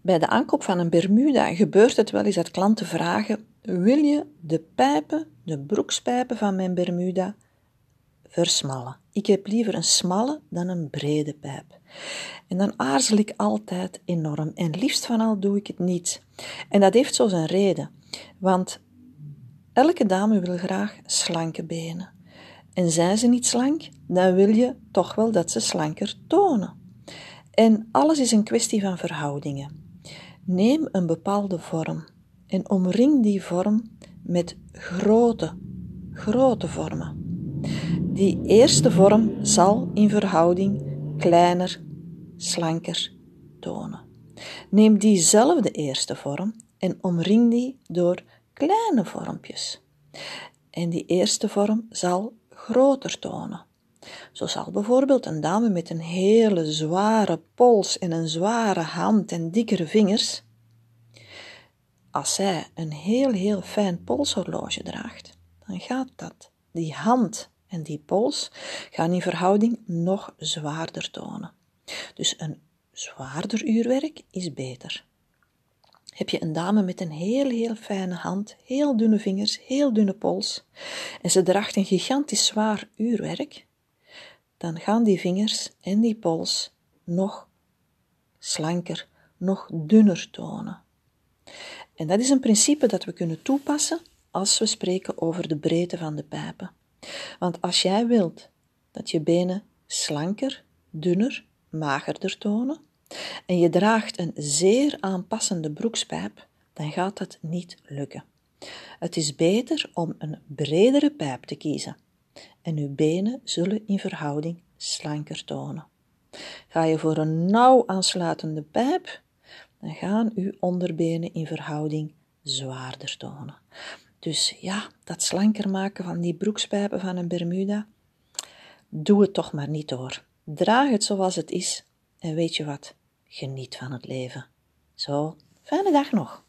Bij de aankoop van een Bermuda gebeurt het wel eens dat klanten vragen: wil je de pijpen, de broekspijpen van mijn Bermuda versmallen? Ik heb liever een smalle dan een brede pijp. En dan aarzel ik altijd enorm en liefst van al doe ik het niet. En dat heeft zo zijn reden, want elke dame wil graag slanke benen. En zijn ze niet slank, dan wil je toch wel dat ze slanker tonen. En alles is een kwestie van verhoudingen. Neem een bepaalde vorm en omring die vorm met grote vormen. Die eerste vorm zal in verhouding kleiner, slanker tonen. Neem diezelfde eerste vorm en omring die door kleine vormpjes. En die eerste vorm zal groter tonen. Zo zal bijvoorbeeld een dame met een hele zware pols en een zware hand en dikkere vingers, als zij een heel fijn polshorloge draagt, dan gaat die hand en die pols gaan in verhouding nog zwaarder tonen. Dus een zwaarder uurwerk is beter. Heb je een dame met een heel fijne hand, heel dunne vingers, heel dunne pols, en ze draagt een gigantisch zwaar uurwerk, dan gaan die vingers en die pols nog slanker, nog dunner tonen. En dat is een principe dat we kunnen toepassen als we spreken over de breedte van de pijpen. Want als jij wilt dat je benen slanker, dunner, magerder tonen, en je draagt een zeer aanpassende broekspijp, dan gaat dat niet lukken. Het is beter om een bredere pijp te kiezen. En uw benen zullen in verhouding slanker tonen. Ga je voor een nauw aansluitende pijp, dan gaan uw onderbenen in verhouding zwaarder tonen. Dus ja, dat slanker maken van die broekspijpen van een Bermuda, doe het toch maar niet hoor. Draag het zoals het is en weet je wat? Geniet van het leven. Zo, fijne dag nog.